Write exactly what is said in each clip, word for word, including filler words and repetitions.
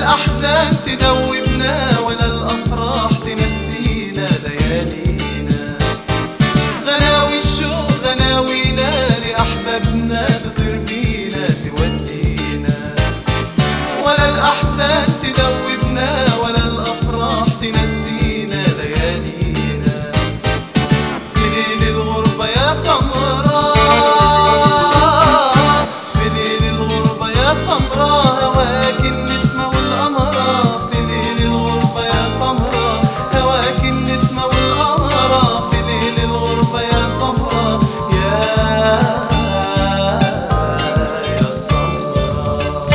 الأحزان تدوبنا ولا الأفراح تنسينا ليالينا. غناوي الشوق غناوينا لأحبابنا تطير بينا تودينا. ولا الأحزان تدوبنا ولا الأفراح تنسينا ليالينا. في ليل الغربة يا سمراء، في ليل الغربة يا سمراء هواك النسمة والقمرة. في ليل الغربة يا سمراء هواك النسمة والقمرة. في ليل الغربة يا سمراء يا يا سمراء.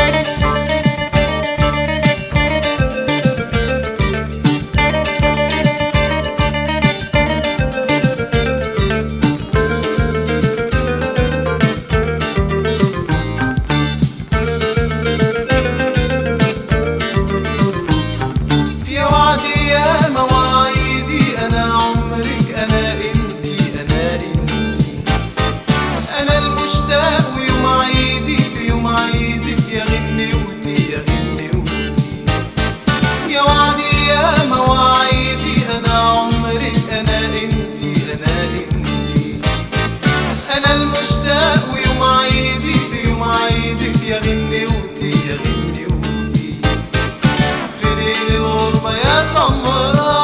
يا وعدي يا مواعيدي أنا عمرك أنا إنتي أنا إنتي. أنا المشتاق ويوم عيدي في يوم عيدك يا غنوتي يا غنوتي. يا وعدي يا مواعيدي أنا عمرك أنا إنتي أنا إنتي. أنا المشتاق ويوم عيدي في يوم عيدك يا غنوتي يا غنوتي. في ليل الغربة يا سمراء،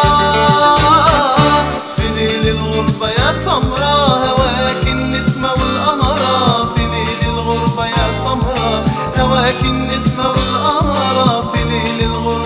في ليل الغربة يا سمراء هواك النسمة والقمرة. في ليل الغربة يا سمراء هواك النسمة والقمرة. في ليل الغربة